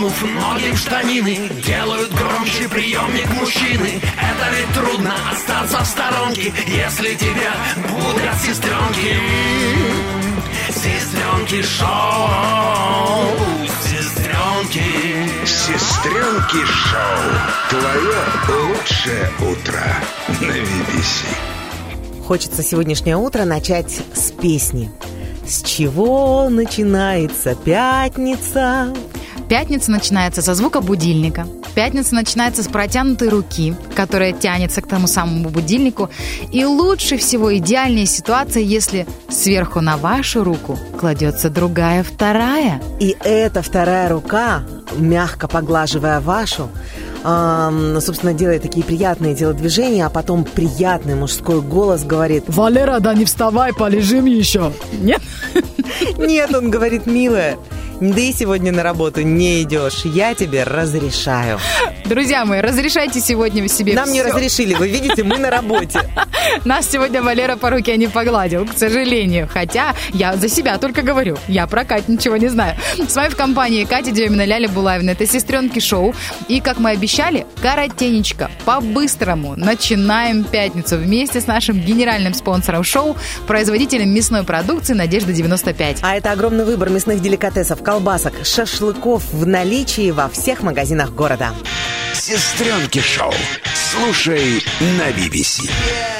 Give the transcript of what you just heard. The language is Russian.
Засунув ноги в штанины, делают громче приемник мужчины. Это ведь трудно остаться в сторонке, если тебя будят сестренки. Сестренки шоу, сестренки. Сестренки шоу. Твое лучшее утро на BBC. Хочется сегодняшнее утро начать с песни. С чего начинается пятница? Пятница начинается со звука будильника. Пятница начинается с протянутой руки, которая тянется к тому самому будильнику. И лучше всего, идеальная ситуация, если сверху на вашу руку кладется другая, вторая. И эта вторая рука, мягко поглаживая вашу, собственно, делает такие приятные телодвижения, а потом приятный мужской голос говорит: «Валера, да не вставай, полежим еще». Нет? Нет, он говорит: «Милая, ты сегодня на работу не идешь, я тебе разрешаю». Друзья мои, разрешайте сегодня себе Нам все. не разрешили, вы видите, мы на работе. Нас сегодня Валера по руке не погладил, к сожалению. Хотя я за себя только говорю. Я про Катю ничего не знаю. С вами в компании Катя Демина, Ляля Булавина. Это «Сестренки шоу». И, как мы обещали, коротенечко, по-быстрому начинаем пятницу вместе с нашим генеральным спонсором шоу, производителем мясной продукции «Надежда-95». А это огромный выбор мясных деликатесов, колбасок, шашлыков в наличии во всех магазинах города. Сестренки шоу. Слушай на BBC.